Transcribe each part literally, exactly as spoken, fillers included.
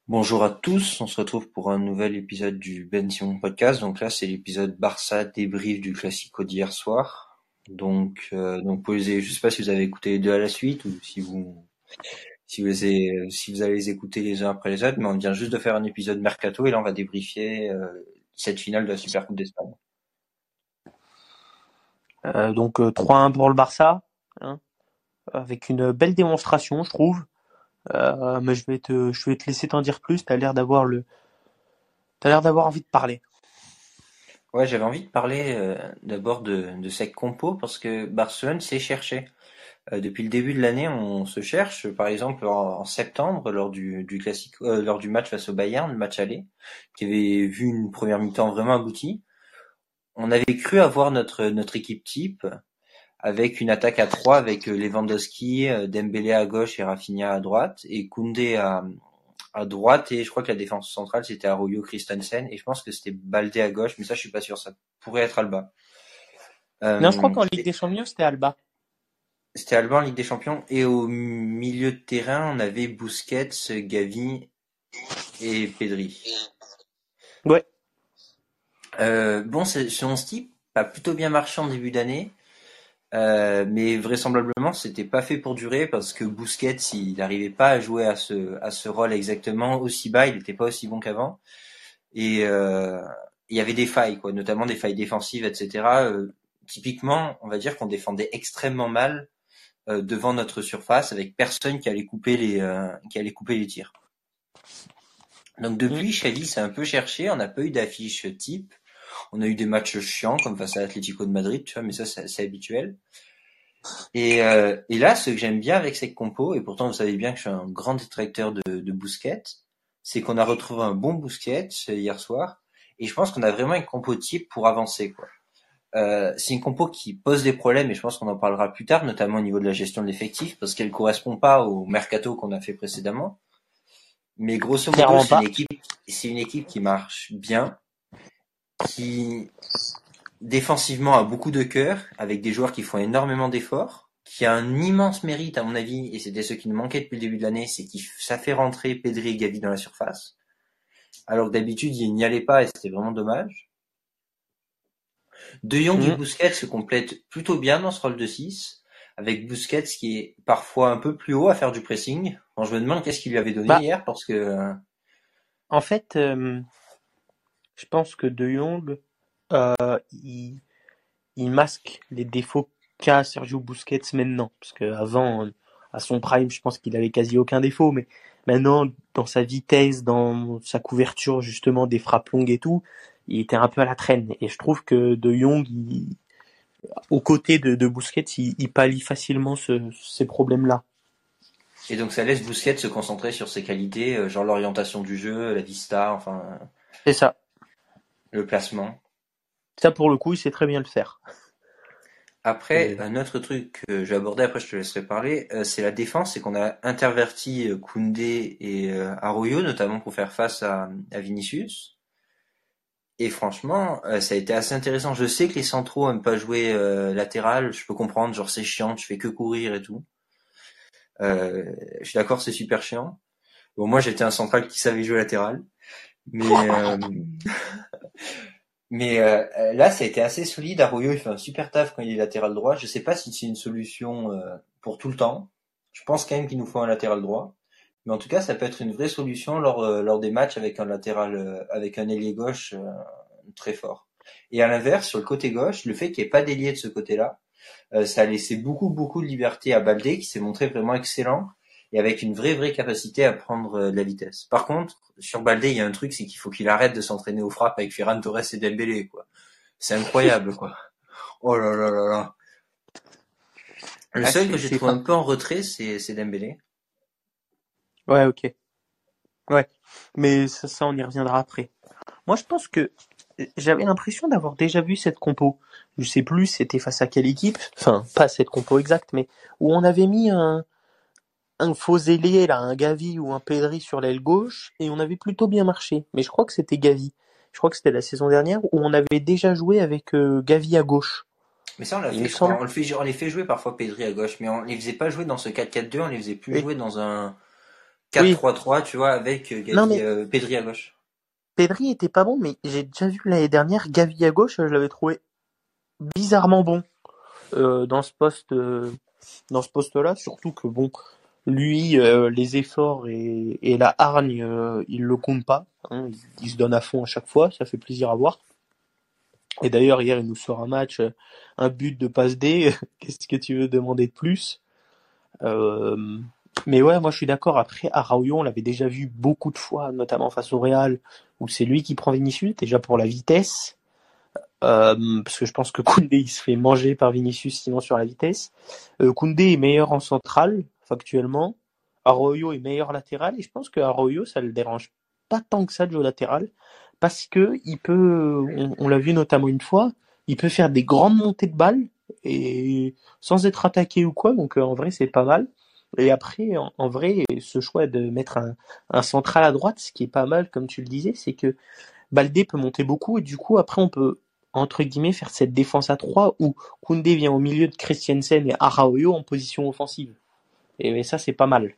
Bonjour à tous, on se retrouve pour un nouvel épisode du Ben Simon Podcast. Donc là, c'est l'épisode Barça débrief du Classico d'hier soir. Donc, euh, donc pour les, je sais pas si vous avez écouté les deux à la suite ou si vous, si vous les, si vous allez les écouter les uns après les autres, mais on vient juste de faire un épisode mercato et là, on va débriefer euh, cette finale de la Super Coupe d'Espagne. Euh, donc euh, trois un pour le Barça, hein, avec une belle démonstration, je trouve. Euh, mais je vais te, je vais te laisser t'en dire plus. T'as l'air d'avoir le, t'as l'air d'avoir envie de parler. Ouais, j'avais envie de parler euh, d'abord de, de cette compo parce que Barcelone s'est cherché. Euh, depuis le début de l'année, on se cherche. Par exemple, en, en septembre, lors du, du classique, euh, lors du match face au Bayern, le match aller, qui avait vu une première mi-temps vraiment aboutie, on avait cru avoir notre notre équipe type avec une attaque à trois avec euh, Lewandowski, euh, Dembélé à gauche et Rafinha à droite et Koundé à à droite et je crois que la défense centrale c'était Arroyo, Christensen et je pense que c'était Baldé à gauche, mais ça je suis pas sûr, ça pourrait être Alba. Non, je crois Euh, qu'en Ligue des Champions, c'était Alba. C'était Alba en Ligue des Champions. Et au milieu de terrain, on avait Busquets, Gavi et Pedri. Ouais. Euh, bon, ce ce onze type a plutôt bien marché en début d'année. Euh, mais vraisemblablement, c'était pas fait pour durer parce que Busquets, il n'arrivait pas à jouer à ce, à ce rôle exactement aussi bas. Il n'était pas aussi bon qu'avant. Et euh, il y avait des failles, quoi, notamment des failles défensives, et cetera. Euh, typiquement, on va dire qu'on défendait extrêmement mal euh, devant notre surface avec personne qui allait couper les euh, qui allait couper les tirs. Donc Mm. depuis, Xavi s'est un peu cherché, on n'a pas eu d'affiche type, on a eu des matchs chiants comme face à l'Atlético de Madrid, tu vois, mais ça c'est, c'est habituel. Et, euh, et là, ce que j'aime bien avec cette compo, et pourtant vous savez bien que je suis un grand détracteur de, de Busquets, c'est qu'on a retrouvé un bon Busquets hier soir, et je pense qu'on a vraiment une compo type pour avancer, quoi. Euh, c'est une compo qui pose des problèmes et je pense qu'on en parlera plus tard, notamment au niveau de la gestion de l'effectif, parce qu'elle correspond pas au mercato qu'on a fait précédemment. Mais grosso modo, Clairement c'est une pas. équipe, c'est une équipe qui marche bien, qui défensivement a beaucoup de cœur, avec des joueurs qui font énormément d'efforts, qui a un immense mérite à mon avis, et c'était ce qui nous manquait depuis le début de l'année, c'est qu'il ça fait rentrer Pedri et Gavi dans la surface. Alors que d'habitude, il n'y allait pas et c'était vraiment dommage. De Jong et Mm. Busquets se complètent plutôt bien dans ce rôle de six, avec Busquets qui est parfois un peu plus haut à faire du pressing. Bon, je me demande qu'est-ce qu'il lui avait donné Bah, hier, parce que... en fait, euh, je pense que De Jong, euh, il, il masque les défauts qu'a Sergio Busquets maintenant, parce que avant, euh, à son prime, je pense qu'il avait quasi aucun défaut, mais maintenant, dans sa vitesse, dans sa couverture justement des frappes longues et tout, il était un peu à la traîne. Et je trouve que De Jong, il, aux côtés de, de Busquets, il, il pallie facilement ce, ces problèmes-là. Et donc ça laisse Busquets se concentrer sur ses qualités, euh, genre l'orientation du jeu, la vista, enfin, C'est ça. le placement. Ça, pour le coup, il sait très bien le faire. Après, Et... un autre truc que je vais aborder, après je te laisserai parler, euh, c'est la défense, c'est qu'on a interverti euh, Koundé et euh, Arroyo, notamment pour faire face à, à Vinicius. Et franchement, euh, ça a été assez intéressant. Je sais que les centraux aiment pas jouer euh, latéral, je peux comprendre, genre c'est chiant, tu fais que courir et tout. Euh, je suis d'accord, c'est super chiant. Bon, moi j'étais un central qui savait jouer latéral, mais euh, mais euh, euh, là ça a été assez solide. Arroyo il fait un super taf quand il est latéral droit. Je sais pas si c'est une solution euh, pour tout le temps. Je pense quand même qu'il nous faut un latéral droit, mais en tout cas ça peut être une vraie solution lors euh, lors des matchs avec un latéral euh, avec un ailier gauche euh, très fort. Et à l'inverse, sur le côté gauche, le fait qu'il n'y ait pas d'ailier de ce côté-là, euh, ça a laissé beaucoup beaucoup de liberté à Baldé qui s'est montré vraiment excellent et avec une vraie vraie capacité à prendre euh, de la vitesse. Par contre, sur Baldé, il y a un truc, c'est qu'il faut qu'il arrête de s'entraîner aux frappes avec Ferran Torres et Dembélé, quoi. C'est incroyable, quoi. Oh là là là là. Le Ah, seul que c'est, j'ai c'est trouvé pas... un peu en retrait, c'est, c'est Dembélé. Ouais, ok. Ouais. Mais ça, ça, on y reviendra après. Moi, je pense que j'avais l'impression d'avoir déjà vu cette compo. Je sais plus c'était face à quelle équipe. Enfin, pas cette compo exacte, mais où on avait mis un, un faux ailier, là, un Gavi ou un Pedri sur l'aile gauche, et on avait plutôt bien marché. Mais je crois que c'était Gavi. Je crois que c'était la saison dernière où on avait déjà joué avec euh, Gavi à gauche. Mais ça, on l'a Il me fait, je crois. semble. On le fait, on les fait jouer parfois Pedri à gauche, mais on les faisait pas jouer dans ce quatre quatre deux, on les faisait plus Et jouer dans un quatre Oui, trois trois, tu vois, avec euh, non Gavi, mais euh, Pedri à gauche. Pedri était pas bon, mais j'ai déjà vu l'année dernière Gavi à gauche, je l'avais trouvé bizarrement bon euh, dans ce poste, euh, dans ce poste-là, surtout que bon, lui, euh, les efforts et, et la hargne, euh, il le compte pas. Hein, il, il se donne à fond à chaque fois, ça fait plaisir à voir. Et d'ailleurs, hier, il nous sort un match, euh, un but de passe D. Qu'est-ce que tu veux demander de plus? Euh, mais ouais, moi je suis d'accord. Après, Araujo, on l'avait déjà vu beaucoup de fois, notamment face au Real, où c'est lui qui prend Vinicius, déjà pour la vitesse. Euh, parce que je pense que Koundé il se fait manger par Vinicius sinon sur la vitesse. Euh, Koundé est meilleur en centrale, factuellement. Arroyo est meilleur latéral et je pense que Arroyo ça le dérange pas tant que ça de jouer latéral parce que il peut, on, on l'a vu notamment une fois, il peut faire des grandes montées de balles et sans être attaqué ou quoi. Donc euh, en vrai c'est pas mal. Et après en, en vrai ce choix de mettre un, un central à droite, ce qui est pas mal comme tu le disais, c'est que Baldé peut monter beaucoup et du coup après on peut entre guillemets faire cette défense à trois où Koundé vient au milieu de Christiansen et Araujo en position offensive. Et ça c'est pas mal.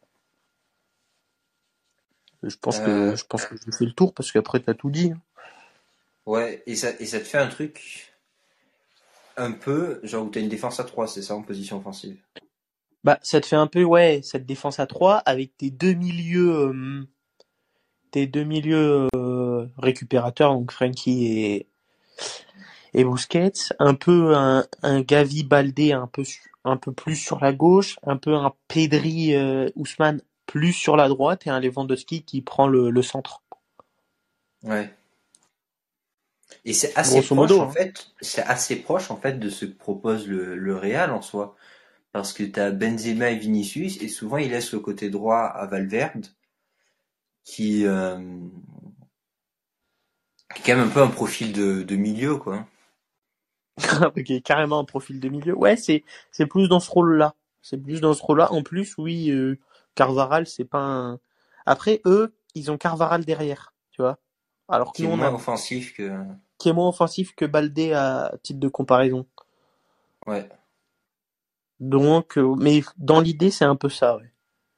Je pense que Euh, je pense que je fais le tour parce qu'après t'as tout dit. Hein. ouais, et ça, et ça te fait un truc un peu, genre où t'as une défense à trois, c'est ça, en position offensive. Bah ça te fait un peu ouais cette défense à trois avec tes deux milieux euh, tes deux milieux euh, récupérateurs donc Frenkie et et Busquets, un peu un, un Gavi Baldé un peu un peu plus sur la gauche, un peu un Pedri euh, Ousmane plus sur la droite et un Lewandowski qui prend le, le centre. Ouais. Et c'est assez Grosso proche, modo. en Hein. fait, c'est assez proche, en fait, de ce que propose le, le Real en soi. Parce que t'as Benzema et Vinicius, et souvent ils laissent le côté droit à Valverde, qui, euh, qui est quand même un peu un profil de, de milieu, quoi. Ok, carrément un profil de milieu. Ouais, c'est c'est plus dans ce rôle-là. C'est plus dans ce rôle-là. En plus, oui, euh, Carvaral, c'est pas un. Après, eux, ils ont Carvaral derrière, tu vois. Alors que Qui est nous, on moins a offensif que... qui est moins offensif que Baldé à titre de comparaison. Ouais. Donc, euh, mais dans l'idée, c'est un peu ça, ouais.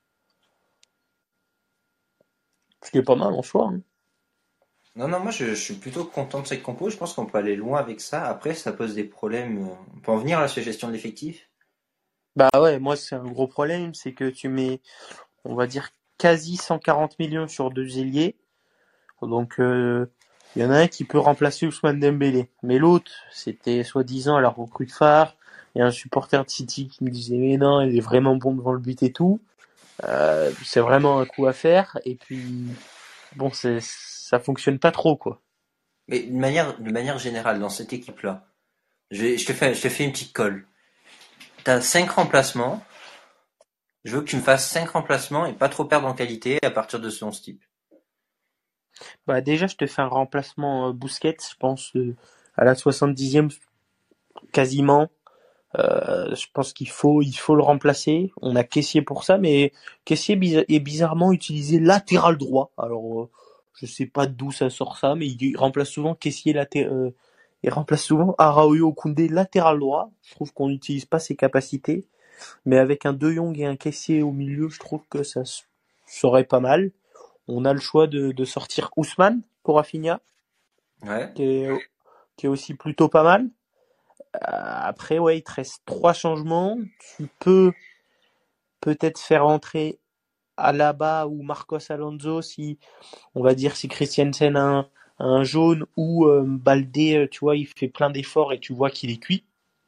Ce qui est pas mal en soi. Hein. Non, non, moi je, je suis plutôt content de cette compo. Je pense qu'on peut aller loin avec ça. Après, ça pose des problèmes. euh, On peut en venir à la gestion de l'effectif. Bah ouais, moi, c'est un gros problème, c'est que tu mets, on va dire, quasi cent quarante millions sur deux ailiers. Donc, euh, il y en a un qui peut remplacer Ousmane Dembélé. Mais l'autre, c'était soi-disant la recrue de phare. Il y a un supporter de City qui me disait, mais non, il est vraiment bon devant le but et tout. Euh, c'est vraiment un coup à faire. Et puis, bon, c'est, ça fonctionne pas trop, quoi. Mais de manière, de manière générale, dans cette équipe-là, je, vais- je te fais, je te fais une petite colle. T'as cinq remplacements. Je veux que tu me fasses cinq remplacements et pas trop perdre en qualité à partir de ce onze type. Bah, déjà, je te fais un remplacement euh, Busquets, je pense, euh, à la soixante-dixième, quasiment. Euh, je pense qu'il faut, il faut le remplacer. On a Kessié pour ça, mais Kessié biz- est bizarrement utilisé latéral droit. Alors, euh, je sais pas d'où ça sort ça, mais il remplace souvent Kessié laté- euh, il remplace souvent Araújo Koundé latéral droit. Je trouve qu'on n'utilise pas ses capacités, mais avec un De Jong et un Kessié au milieu, je trouve que ça s- serait pas mal. On a le choix de, de sortir Ousmane pour Rafinha, Ouais. qui est, qui est aussi plutôt pas mal. Euh, après, ouais, il te reste trois changements. Tu peux peut-être faire entrer Alaba ou Marcos Alonso si, on va dire, si Christiansen a un, a un jaune ou euh, Baldé, euh, tu vois, il fait plein d'efforts et tu vois qu'il est cuit.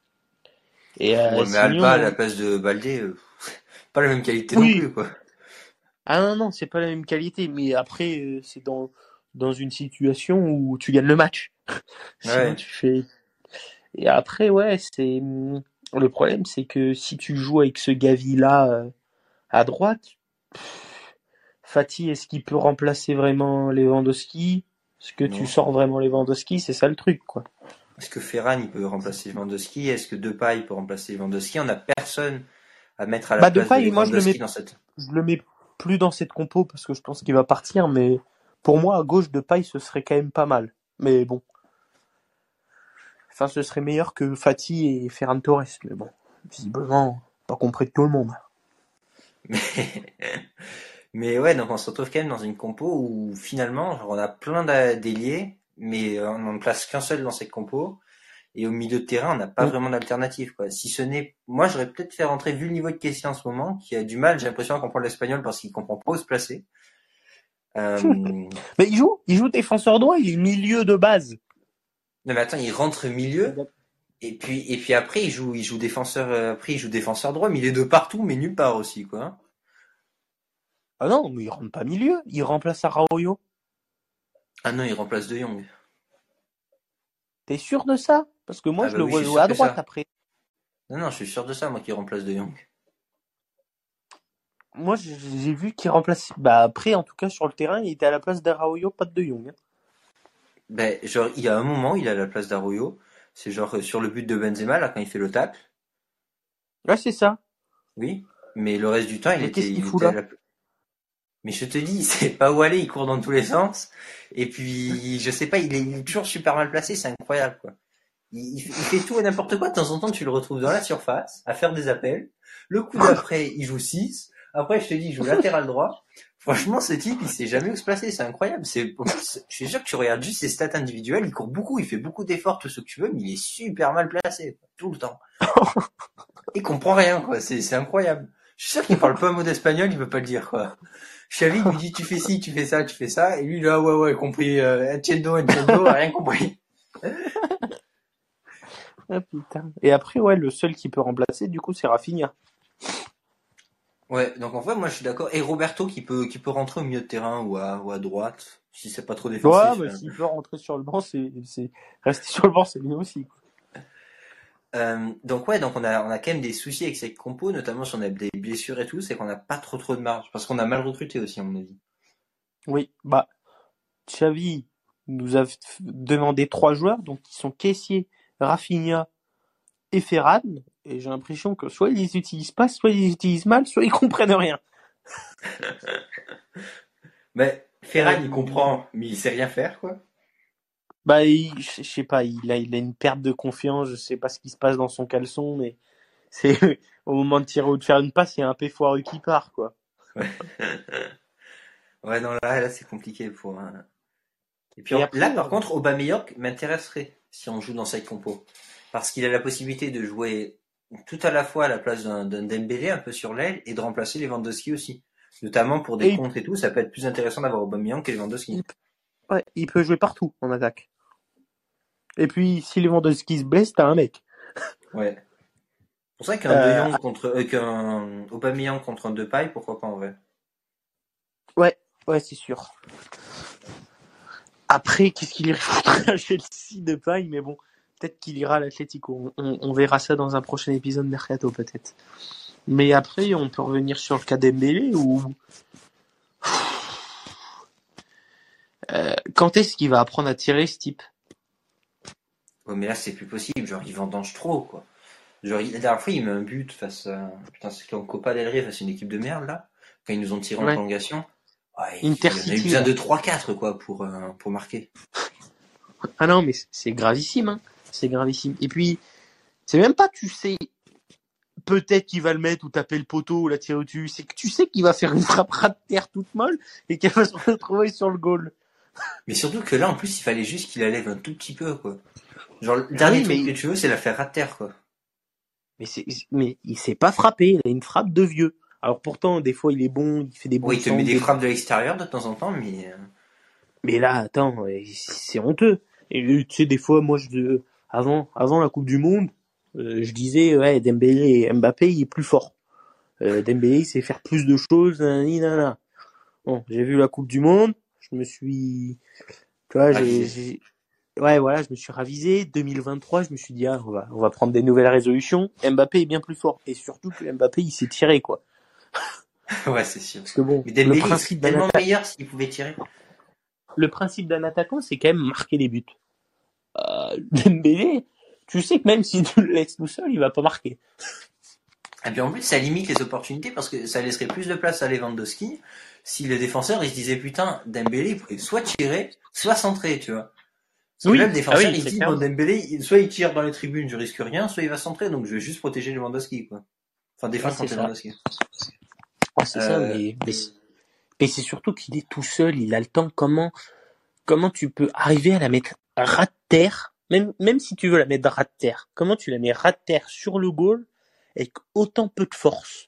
Et euh, Ouais, mais Alba à la sinon, place de Baldé, euh, pas la même qualité non oui. plus, quoi. Ah non, non, c'est pas la même qualité, mais après, euh, c'est dans, dans une situation où tu gagnes le match. Sinon, Ouais. tu fais. Et après, ouais, c'est. Le problème, c'est que si tu joues avec ce Gavi-là euh, à droite, Fati, est-ce qu'il peut remplacer vraiment Lewandowski? Est-ce que tu Non. sors vraiment Lewandowski? C'est ça le truc, quoi. Est-ce que Ferran il peut remplacer Lewandowski? Est-ce que Depay peut remplacer Lewandowski? On n'a personne à mettre à la Bah place de Depay, moi je le Lewandowski mets, dans cette. je le mets plus dans cette compo parce que je pense qu'il va partir, mais pour moi à gauche Depay ce serait quand même pas mal. Mais bon, enfin ce serait meilleur que Fati et Ferran Torres, mais bon, visiblement pas compris de tout le monde. Mais, Mais ouais, donc on se retrouve quand même dans une compo où finalement, genre, on a plein d'a- d'ailiers, mais euh, on n'en place qu'un seul dans cette compo. Et au milieu de terrain, on n'a pas Mm. vraiment d'alternative, quoi. Si ce n'est, moi, j'aurais peut-être fait rentrer, vu le niveau de Kessie en ce moment, qui a du mal, j'ai l'impression à comprendre l'espagnol parce qu'il comprend pas où se placer. Euh... Mais il joue, il joue défenseur droit, il est milieu de base. Non, mais attends, il rentre milieu, et puis, et puis après, il joue, il joue défenseur, euh, après, il joue défenseur droit, mais il est de partout, mais nulle part aussi, quoi. Ah non, mais il rentre pas milieu, il remplace Araujo. Ah non, il remplace De Jong. T'es sûr de ça? Parce que moi, Ah je bah le oui, je vois suis jouer sûr à que droite ça. après. Non, non, je suis sûr de ça, moi, qui remplace De Jong. Moi, j'ai j'ai vu qu'il remplace. Bah après, en tout cas, sur le terrain, il était à la place d'Araujo, pas de De Jong. Hein. Ben, genre, il y a un moment, il est à la place d'Arroyo. C'est genre euh, sur le but de Benzema, là, quand il fait le tacle. Ouais, c'est ça. Oui. Mais le reste du temps, il Mais était, qu'est-ce qu'il il fout était à là? la, mais je te dis, c'est pas où aller, il court dans tous les sens. Et puis, je sais pas, il est, il est toujours super mal placé, c'est incroyable, quoi. Il, il fait il fait tout et n'importe quoi. De temps en temps, tu le retrouves dans la surface, à faire des appels. Le coup d'après, il joue six. Après, je te dis, il joue latéral droit. Franchement, ce type, il sait jamais où se placer. C'est incroyable. C'est, en plus, je suis sûr que tu regardes juste ses stats individuelles. Il court beaucoup, il fait beaucoup d'efforts, tout ce que tu veux, mais il est super mal placé, quoi, tout le temps. Il comprend rien, quoi. C'est, c'est incroyable. Je suis sûr qu'il parle pas un mot d'espagnol, il veut pas le dire, quoi. Xavi lui dit, tu fais ci, tu fais ça, tu fais ça. Et lui, là, ouais, ouais, compris, euh, entiendo, entiendo, rien compris. Ah putain. Et après, ouais, le seul qui peut remplacer, du coup, c'est Rafinha. Ouais, donc en fait, moi je suis d'accord. Et Roberto qui peut qui peut rentrer au milieu de terrain ou à ou à droite, si c'est pas trop Ouais, défensif. bah Hein. s'il peut rentrer sur le banc, c'est, c'est... rester sur le banc, c'est bien aussi. Quoi. Euh, donc ouais, donc on a on a quand même des soucis avec cette compo, notamment si on a des blessures et tout, c'est qu'on n'a pas trop trop de marge parce qu'on a mal recruté aussi, à mon avis. Oui, bah Xavi nous a f- demandé trois joueurs, donc qui sont Kessié, Rafinha et Ferran. Et j'ai l'impression que soit ils les utilisent pas, soit ils les utilisent mal, soit ils comprennent rien. Mais Ferran il Euh, comprend, mais il sait rien faire quoi. bah, il- je je sais pas, il a, il a une perte de confiance. Je sais pas ce qui se passe dans son caleçon, mais c'est au moment de tirer ou de faire une passe, il y a un P foireux qui part, quoi. Ouais, ouais non là là c'est compliqué pour. Hein. Et puis Et on- là après, par on... contre Aubameyang m'intéresserait si on joue dans cette compo parce qu'il a la possibilité de jouer tout à la fois à la place d'un d'un Dembélé un peu sur l'aile et de remplacer Lewandowski aussi. Notamment pour des et il, contres et tout, ça peut être plus intéressant d'avoir Aubameyang que il, Lewandowski. ouais, il peut jouer partout en attaque. Et puis, si Lewandowski se blesse, t'as un mec. Ouais. C'est pour ça qu'un De Euh, Jong contre euh, qu'un Aubameyang contre un Depay, pourquoi pas en vrai. ouais, ouais, c'est sûr. Après, qu'est-ce qu'il irait foutre à Chelsea de paille, mais bon, peut-être qu'il ira à l'Atlético. On, on, on verra ça dans un prochain épisode Mercato, peut-être. Mais après, on peut revenir sur le cas d'Embélé ou euh, quand est-ce qu'il va apprendre à tirer ce type? Ouais, mais là c'est plus possible, genre il vendange trop quoi. Genre il- la dernière fois il met un but face à putain c'est en Copa del Rey face à une équipe de merde là, quand ils nous ont tiré en Ouais. prolongation. Ouais, il en a eu Intercity besoin là. de trois quatre quoi pour euh, pour marquer. Ah non, mais c'est gravissime, hein. C'est gravissime. Et puis, c'est même pas, tu sais, peut-être qu'il va le mettre ou taper le poteau ou la tirer au-dessus. C'est que tu sais qu'il va faire une frappe ras de terre toute molle et qu'elle va se retrouver sur le goal. Mais surtout que là en plus il fallait juste qu'il la lève un tout petit peu quoi. Genre le Ah dernier oui, truc que mais tu veux c'est la faire à terre quoi. mais c'est mais il s'est pas frappé. Il a une frappe de vieux. Alors pourtant, des fois, il est bon, il fait des bons Oui, il te met centres, des des... frappes de l'extérieur de temps en temps, mais euh, mais là, attends, c'est honteux. Et tu sais, des fois, moi, je avant avant la Coupe du Monde, euh, je disais ouais, Dembélé et Mbappé, il est plus fort. Euh, Dembélé, il sait faire plus de choses. Nanani, nanana. Bon, j'ai vu la Coupe du Monde, je me suis, tu vois, j'ai, ravisé. j'ai- ouais, voilà, je me suis ravisé. deux mille vingt-trois, je me suis dit, ah, on va, on va prendre des nouvelles résolutions. Mbappé est bien plus fort. Et surtout que Mbappé, il s'est tiré, quoi. Ouais, c'est sûr. Parce que bon, Mais le Dembélé il serait principe d'un tellement atta- meilleur s'il pouvait tirer. le principe d'un attaquant, c'est quand même marquer des buts. Euh, Dembélé, tu sais que même si tu le laisses tout seul, il va pas marquer. Et puis en plus, ça limite les opportunités parce que ça laisserait plus de place à Lewandowski si le défenseur il se disait putain, Dembélé il pourrait soit tirer, soit centrer, tu vois. Parce que là, Oui, le ah défenseur oui, il se c'est dit bon, clairement. Dembélé, il- soit il tire dans les tribunes, je risque rien, soit il va centrer, donc je vais juste protéger Lewandowski, quoi. Enfin, Ouais, défendre c'est contre ça. Lewandowski. Ouais, c'est ça, Euh, mais, mais Et c'est surtout qu'il est tout seul, il a le temps. Comment, comment tu peux arriver à la mettre ras de terre, même, même si tu veux la mettre ras de terre, comment tu la mets ras de terre sur le goal avec autant peu de force?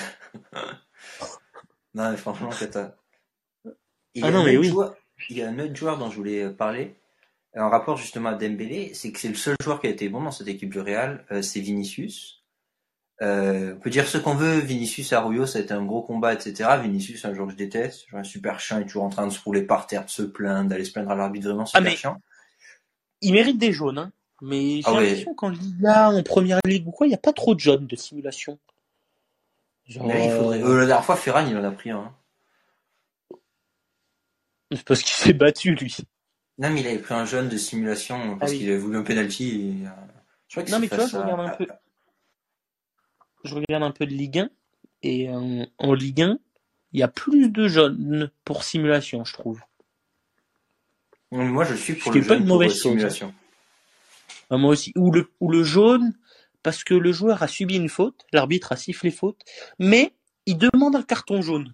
Non, mais franchement, c'est Il y Ah a non, un mais autre oui. joueur, il y a un autre joueur dont je voulais parler, en rapport justement à Dembélé, c'est que c'est le seul joueur qui a été bon dans cette équipe du Real, euh, c'est Vinicius. Euh, on peut dire ce qu'on veut, Vinicius Arroyo, ça a été un gros combat, et cetera. Vinicius, un joueur que je déteste, un super chiant, il est toujours en train de se rouler par terre, de se plaindre, d'aller se plaindre à l'arbitre, vraiment Ah super mais chiant. il mérite des jaunes, hein. Mais Ah j'ai ouais, l'impression qu'en Liga, en Première Ligue ou quoi, il n'y a pas trop de jaunes de simulation. mais Genre, il faudrait. euh... Euh, la dernière fois, Ferran, il en a pris un. Hein. c'est parce qu'il s'est battu, lui. Non, mais il avait pris un jaune de simulation Ah parce qu'il oui. avait voulu un penalty. Et, euh, je crois que Non, c'est mais tu vois, face je regarde à. un à- peu, je regarde un peu de Ligue un, et en, en Ligue un, il y a plus de jaunes pour simulation, je trouve. Moi, je suis Ce pour qui le est pas jaune une pour euh, mauvaise chose, hein. simulation. Ah, moi aussi. Ou le, ou le jaune, parce que le joueur a subi une faute, l'arbitre a sifflé faute, mais il demande un carton jaune.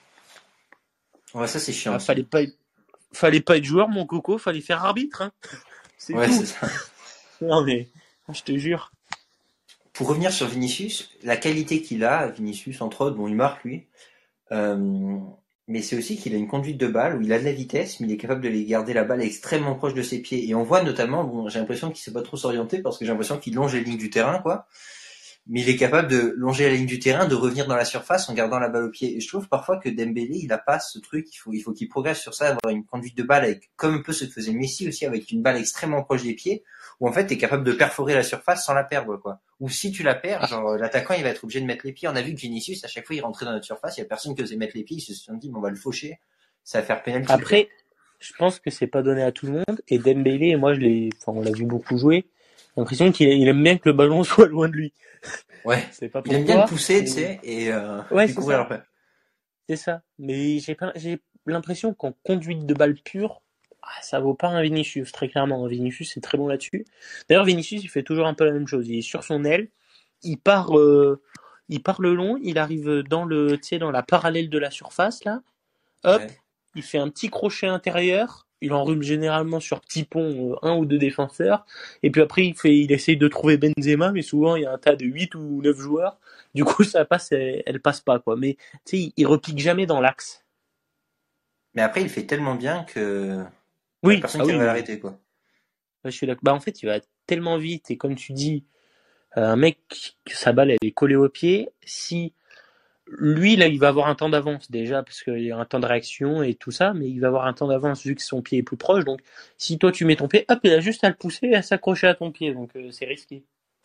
Ouais, ça c'est chiant Ah, aussi. fallait pas, être- fallait pas être joueur, mon coco, fallait faire arbitre, hein. C'est Ouais, c'est tout. ça. Non mais, je te jure. Pour revenir sur Vinicius, la qualité qu'il a, Vinicius entre autres, bon, il marque lui, euh, mais c'est aussi qu'il a une conduite de balle où il a de la vitesse, mais il est capable de les garder la balle extrêmement proche de ses pieds. Et on voit notamment, bon, j'ai l'impression qu'il sait pas trop s'orienter parce que j'ai l'impression qu'il longe les lignes du terrain, quoi. Mais il est capable de longer la ligne du terrain, de revenir dans la surface en gardant la balle au pied. Et je trouve parfois que Dembélé, il a pas ce truc. Il faut, il faut qu'il progresse sur ça, avoir une conduite de balle avec, comme un peu ce que faisait Messi aussi, avec une balle extrêmement proche des pieds, où en fait t'es capable de perforer la surface sans la perdre, quoi. Ou si tu la perds, genre l'attaquant il va être obligé de mettre les pieds. On a vu que Vinicius, à chaque fois il rentrait dans notre surface, il y a personne qui osait mettre les pieds. Ils se sont dit, bon, on va le faucher, ça va faire penalty, quoi. Après, je pense que c'est pas donné à tout le monde, et Dembélé, moi je l'ai, enfin on l'a vu beaucoup jouer, j'ai l'impression qu'il il aime bien que le ballon soit loin de lui. Ouais. C'est pas Il aime bien le pourquoi. pousser, tu mais- sais, et euh, Ouais, puis c'est courir ça. après. C'est ça. Mais j'ai pas, j'ai l'impression qu'en conduite de balle pure, ah, ça vaut pas un Vinicius, très clairement. Un Vinicius, c'est très bon là-dessus. D'ailleurs, Vinicius, il fait toujours un peu la même chose. Il est sur son aile, il part, euh, il part le long, il arrive dans le, tu sais, dans la parallèle de la surface, là. Hop, Ouais. il fait un petit crochet intérieur. Il enrhume généralement sur petit pont euh, un ou deux défenseurs. Et puis après, il fait, il essaye de trouver Benzema, mais souvent, il y a un tas de huit ou neuf joueurs. Du coup, ça passe, elle, elle passe pas, quoi. Mais, tu sais, il, il repique jamais dans l'axe. Mais après, il fait tellement bien que y a Oui, personne ah qui oui, arrive à oui. l'arrêter, quoi. Ouais, je suis d'accord. Bah, en fait, il va tellement vite. Et comme tu dis, euh, un mec, que sa balle, elle est collée au pied. Si lui, là, il va avoir un temps d'avance déjà, parce qu'il y a un temps de réaction et tout ça, mais il va avoir un temps d'avance vu que son pied est plus proche. Donc, si toi, tu mets ton pied, hop, il a juste à le pousser et à s'accrocher à ton pied. Donc, euh, c'est risqué.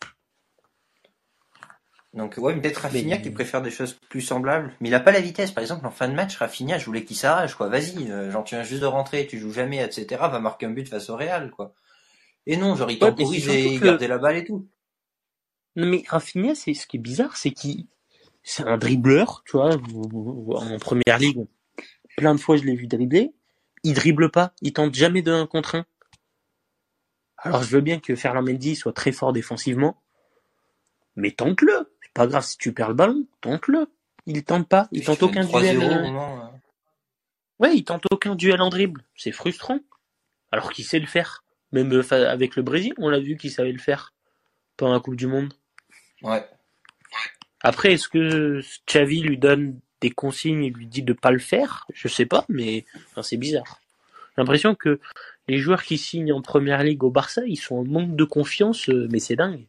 Donc ouais, peut-être Rafinha qui Mais, préfère des choses plus semblables, mais il a pas la vitesse. Par exemple, en fin de match, Rafinha, je voulais qu'il s'arrache, quoi. Vas-y, euh, genre tu viens juste de rentrer, tu joues jamais, et cetera. Va marquer un but face au Real, quoi. Et non, genre il ouais, mais c'est temporise surtout et il que, gardait la balle et tout. non, mais Rafinha, c'est, ce qui est bizarre, c'est qu'il, c'est un dribbleur, tu vois, en première ligue, plein de fois, je l'ai vu dribbler. Il dribble pas. Il tente jamais de un contre un. Alors, je veux bien que Ferland Mendy soit très fort défensivement, mais tente-le. C'est pas grave si tu perds le ballon, tente-le. Il tente pas. Il Puis tu tente mènes aucun trois duel. zéro au euh, moment. euh. Ouais, il tente aucun duel en dribble. C'est frustrant. Alors qu'il sait le faire. Même euh, fa- avec le Brésil, on l'a vu qu'il savait le faire pendant la Coupe du Monde. Ouais. Après, est-ce que Xavi lui donne des consignes et lui dit de pas le faire? Je sais pas, mais enfin, c'est bizarre. J'ai l'impression que les joueurs qui signent en première ligue au Barça, ils sont en manque de confiance, euh, mais c'est dingue.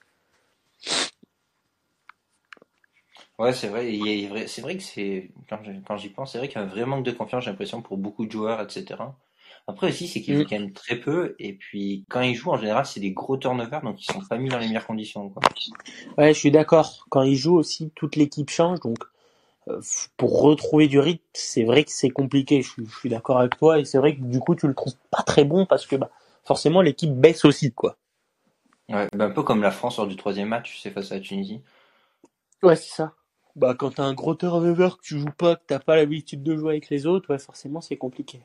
Ouais, c'est vrai. il y a- vrai- C'est vrai que c'est quand je- quand j'y pense, c'est vrai qu'il y a un vrai manque de confiance. J'ai l'impression pour beaucoup de joueurs, et cetera. Après aussi, c'est qu'ils Mm. jouent quand même très peu, et puis quand ils jouent, en général, c'est des gros turnovers, donc ils sont pas mis dans les meilleures conditions, quoi. Ouais, je suis d'accord. Quand ils jouent aussi, toute l'équipe change, donc euh, f- pour retrouver du rythme, c'est vrai que c'est compliqué. Je suis, je suis d'accord avec toi, et c'est vrai que du coup, tu le trouves pas très bon parce que bah, forcément, l'équipe baisse aussi, quoi. Ouais, bah, un peu comme la France lors du troisième match, c'est face à la Tunisie. Ouais, c'est ça. Bah, quand t'as un gros turnover, que tu joues pas, que t'as pas l'habitude de jouer avec les autres, ouais, forcément, c'est compliqué.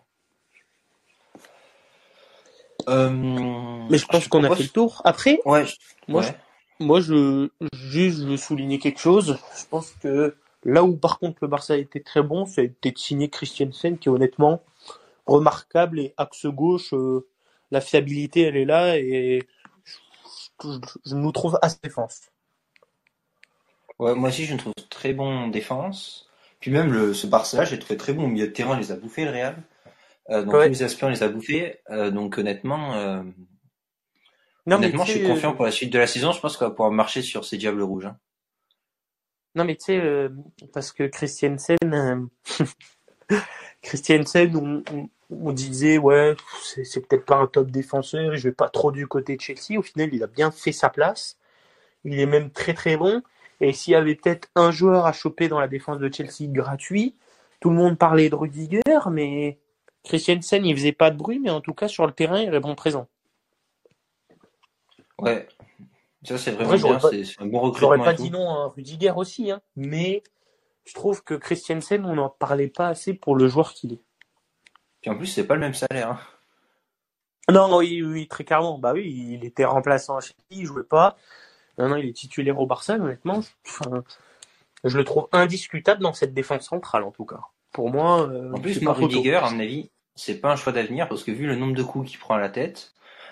Euh, Mais je je pense te qu'on a fait le propose. tour. Après, Ouais, je- moi, je, ouais. moi, je, juste, je veux souligner quelque chose. Je pense que Là où par contre le Barça a été très bon, c'était de signer Christensen qui est honnêtement remarquable et axe gauche, euh, la fiabilité elle est là et je, je, je nous trouve assez défense. Ouais, moi aussi, je le trouve très bon en défense. Puis même le, ce Barça, j'ai trouvé très bon au milieu de terrain, on les a bouffés, le Real. Euh, dans tous Ouais. les aspects, on les a bouffés. Euh, donc honnêtement, euh, Non mais tu honnêtement, je suis sais, confiant euh, pour la suite de la saison. Je pense qu'on va pouvoir marcher sur ces diables rouges. Hein. non mais tu sais, euh, parce que Christiansen, euh, Christiansen, on, on, on disait ouais, c'est, c'est peut-être pas un top défenseur, je vais pas trop du côté de Chelsea. Au final, il a bien fait sa place. Il est même très très bon. Et s'il y avait peut-être un joueur à choper dans la défense de Chelsea gratuit, tout le monde parlait de Rudiger, mais Christiansen, il faisait pas de bruit, mais en tout cas sur le terrain, il répond présent. Ouais, ça c'est Après, vraiment j'aurais bien. pas, C'est c'est un bon j'aurais recrutement pas et dit tout. non à Rudiger aussi, hein, mais je trouve que Christiansen, on n'en parlait pas assez pour le joueur qu'il est. Puis en plus, c'est pas le même salaire. Hein. Non, oui, oui, très clairement. Bah oui, il était remplaçant à Chelsea, il jouait pas. Maintenant, il est titulaire au Barça, honnêtement. Enfin, je le trouve indiscutable dans cette défense centrale, en tout cas. Pour moi, euh, En il fait plus, moi, pas photo. Rudiger, à mon avis, c'est pas un choix d'avenir parce que vu le nombre de coups qu'il prend à la tête,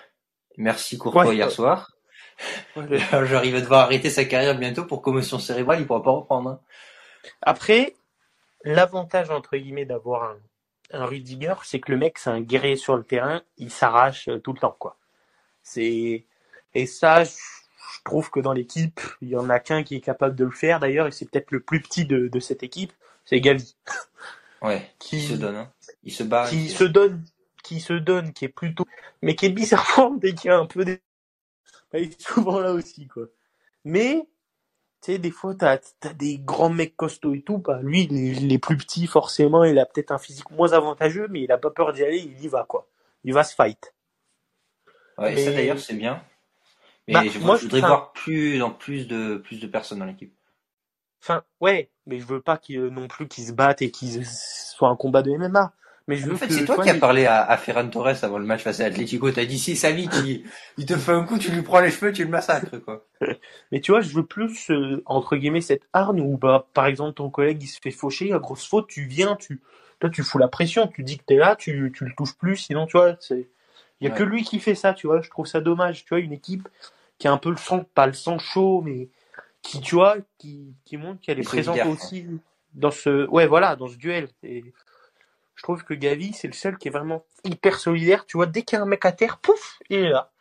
merci Ouais, Courtois hier ouais, soir, ouais. j'arrive à devoir arrêter sa carrière bientôt pour commotion cérébrale, il pourra pas reprendre. Hein. Après, l'avantage, entre guillemets, d'avoir un, un Rudiger, c'est que le mec, c'est un guerrier sur le terrain, il s'arrache euh, tout le temps, quoi. C'est, et ça, je je trouve que dans l'équipe, il y en a qu'un qui est capable de le faire, d'ailleurs, et c'est peut-être le plus petit de, de cette équipe, c'est Gavi, Ouais, il se qui, donne. Hein. Il se bat, il qui fait. se donne, qui se donne, qui est plutôt, mais qui est bizarrement dès qu'il y a un peu des, bah, il est souvent là aussi, quoi. Mais, tu sais, des fois, t'as, t'as des grands mecs costauds et tout, bah, lui, il est, il est plus petit, forcément, il a peut-être un physique moins avantageux, mais il a pas peur d'y aller, il y va, quoi. Il va se fight. Ouais, et ça d'ailleurs, Mais, c'est bien. bah, Mais je, vois- moi, je voudrais enfin, voir plus dans plus de plus de personnes dans l'équipe. enfin, ouais, mais je veux pas qu'il, non plus qu'ils se battent et qu'ils soient un combat de M M A. Mais je En veux fait, c'est que, tu toi vois, qui as les- parlé à, à Ferran Torres avant le match face à Atlético. T'as dit si Savic il, il te fait un coup, tu lui prends les cheveux, tu le massacres quoi. mais tu vois, je veux plus, euh, entre guillemets, cette hargne où, bah, par exemple, ton collègue, il se fait faucher, à grosse faute, tu viens, tu, toi, tu fous la pression, tu dis que t'es là, tu, tu le touches plus, sinon, tu vois, c'est, il y a que Ouais, lui qui fait ça, tu vois, je trouve ça dommage, tu vois, une équipe qui a un peu le sang, pas le sang chaud, mais qui, tu vois, qui, qui montre qu'elle est mais présente solidaire quoi. aussi dans ce, ouais, voilà, dans ce duel. Et je trouve que Gavi, c'est le seul qui est vraiment hyper solidaire, tu vois, dès qu'il y a un mec à terre, pouf, il est là.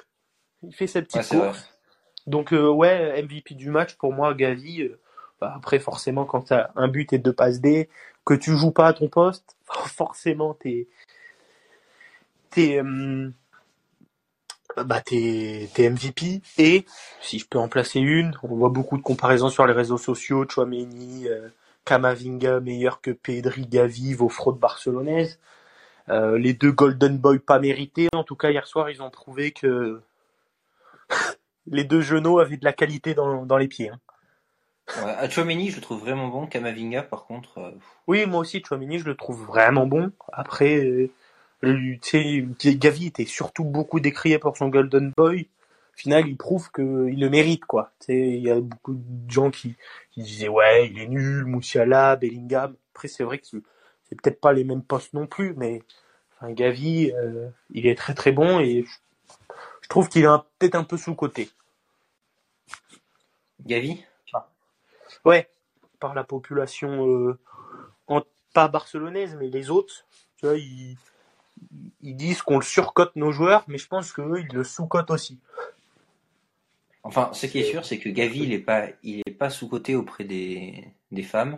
Il fait sa Ouais, petite c'est vrai. course. Donc, euh, ouais, M V P du match, pour moi, Gavi, euh, bah, après, forcément, quand t'as un but et deux passes D, que tu joues pas à ton poste, forcément, t'es, t'es, euh, bah, t'es, t'es M V P. Et, si je peux en placer une, on voit beaucoup de comparaisons sur les réseaux sociaux, Tchouaméni, euh, Camavinga meilleur que Pedri, Gavi, vos fraudes barcelonaises. Euh, les deux Golden Boy pas mérités. En tout cas, hier soir, ils ont prouvé que les deux genoux avaient de la qualité dans, dans les pieds. Hein. Ouais, à Tchouaméni, je le trouve vraiment bon. Kamavinga, par contre, euh, Oui, moi aussi, Tchouaméni, je le trouve vraiment bon. Après, euh, tu sais, Gavi était surtout beaucoup décrié pour son Golden Boy. Au final, il prouve qu'il le mérite, quoi. Tu sais, il y a beaucoup de gens qui, qui disaient, ouais, il est nul, Moussiala, Bellingham. Après, c'est vrai que c'est c'est peut-être pas les mêmes postes non plus, mais enfin, Gavi, euh, il est très très bon et je, je trouve qu'il est un- peut-être un peu sous-coté. Gavi. Ah. Ouais, par la population, euh, en- pas barcelonaise, mais les autres, tu vois, ils, ils disent qu'on le surcote nos joueurs, mais je pense qu'eux, ils le sous-cotent aussi. Enfin, ce qui est C'est sûr, c'est que Gavi, il est pas, il est pas sous-coté auprès des des femmes.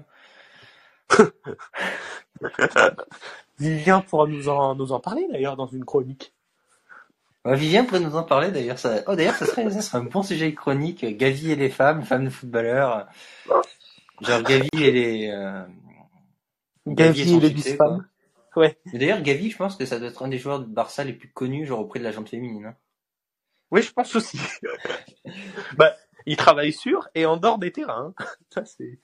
Vivien pourra nous en, nous en parler d'ailleurs dans une chronique. Ouais, Vivien pourrait nous en parler d'ailleurs. Ça... Oh, d'ailleurs, ça serait, ça serait un bon sujet chronique. Gavi et les femmes, femmes de footballeurs. Genre Gavi et les, euh, Gavi et Gavi et son les succès, quoi. bis-femmes. Ouais. Mais d'ailleurs, Gavi, je pense que ça doit être un des joueurs de Barça les plus connus, genre auprès de la gente féminine. Hein. Oui, je pense aussi. Bah, il travaille sur et en dehors des terrains. Hein. Ça, c'est,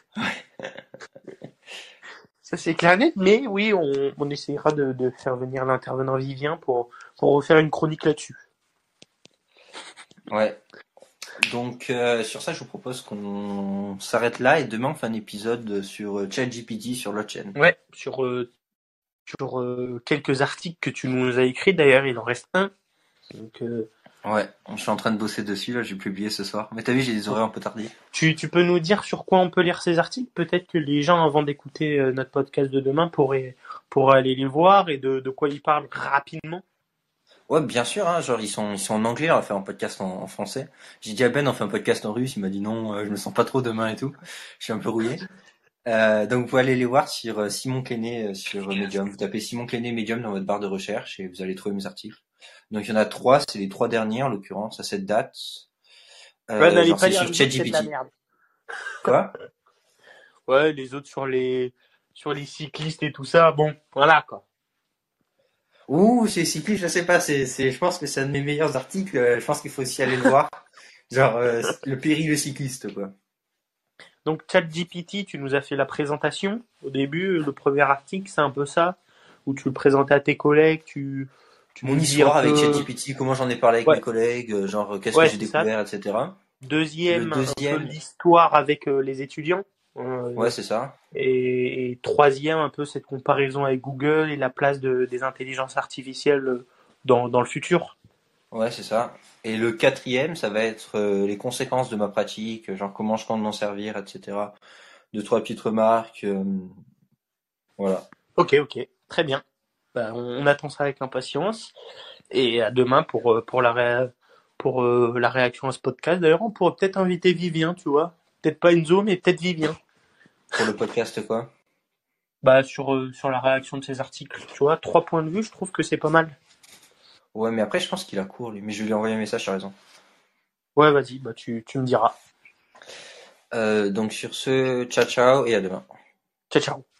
ça, c'est clair et net. Mais oui, on, on essaiera de, de faire venir l'intervenant Vivien pour, pour refaire une chronique là-dessus. Ouais. Donc euh, sur ça, je vous propose qu'on s'arrête là et demain on fait un épisode sur euh, ChatGPT sur l'autre chaîne. Ouais, sur, euh, sur euh, quelques articles que tu nous as écrits. D'ailleurs, il en reste un. Donc, euh, Ouais, je suis en train de bosser dessus, là, j'ai publié ce soir. Mais t'as vu, j'ai des horaires un peu tardifs. tu, tu peux nous dire sur quoi on peut lire ces articles? Peut-être que les gens, avant d'écouter euh, notre podcast de demain, pourraient, pourraient aller les voir et de, de quoi ils parlent rapidement. Ouais, bien sûr, hein, genre ils sont ils sont en anglais, on va faire un podcast en, en français. J'ai dit à Ben, on fait un podcast en russe, il m'a dit non, euh, je me sens pas trop demain et tout. Je suis un peu rouillé. Euh, donc vous pouvez aller les voir sur euh, Simon Cléné euh, sur euh, Medium. Vous tapez Simon Cléné Medium dans votre barre de recherche et vous allez trouver mes articles. Donc il y en a trois, c'est les trois derniers en l'occurrence à cette date. Ouais, Euh, n'allez genre pas c'est lire sur les autres, c'est de la ChatGPT. merde. Quoi? Ouais, les autres sur les, sur les cyclistes et tout ça, bon, voilà, quoi. Ouh, c'est cycliste, je sais pas, c'est c'est je pense que c'est un de mes meilleurs articles, euh, je pense qu'il faut aussi aller le voir. Genre euh, le péril cycliste quoi. Donc, ChatGPT, tu nous as fait la présentation. Au début, le premier article, c'est un peu ça, où tu le présentais à tes collègues, tu, tu Mon nous dis un histoire avec peu, ChatGPT, comment j'en ai parlé avec mes ouais, collègues, euh, genre euh, qu'est-ce que ouais, j'ai c'est ça. découvert, et cetera. Le Deuxième, un peu deuxième, l'histoire avec euh, les étudiants. Euh, ouais c'est ça. et, et troisième, un peu cette comparaison avec Google et la place de, des intelligences artificielles euh, dans, dans le futur. Ouais c'est ça. Et le quatrième, ça va être euh, les conséquences de ma pratique, genre comment je compte m'en servir, et cetera. Deux trois petites remarques, euh, voilà. Ok, ok, très bien. Bah, on, on attend ça avec impatience. Et à demain pour, euh, pour, la, ré- pour euh, la réaction à ce podcast. D'ailleurs, on pourrait peut-être inviter Vivien, tu vois. Peut-être pas Enzo, mais peut-être Vivien. Pour le podcast quoi. Bah, sur, euh, sur la réaction de ces articles. Tu vois, trois points de vue, je trouve que c'est pas mal. Ouais mais après je pense qu'il a cours lui, mais je vais lui envoyer un message, t'as raison. Ouais, vas-y, bah, tu, tu me diras. Euh, donc sur ce, ciao ciao et à demain. Ciao, ciao.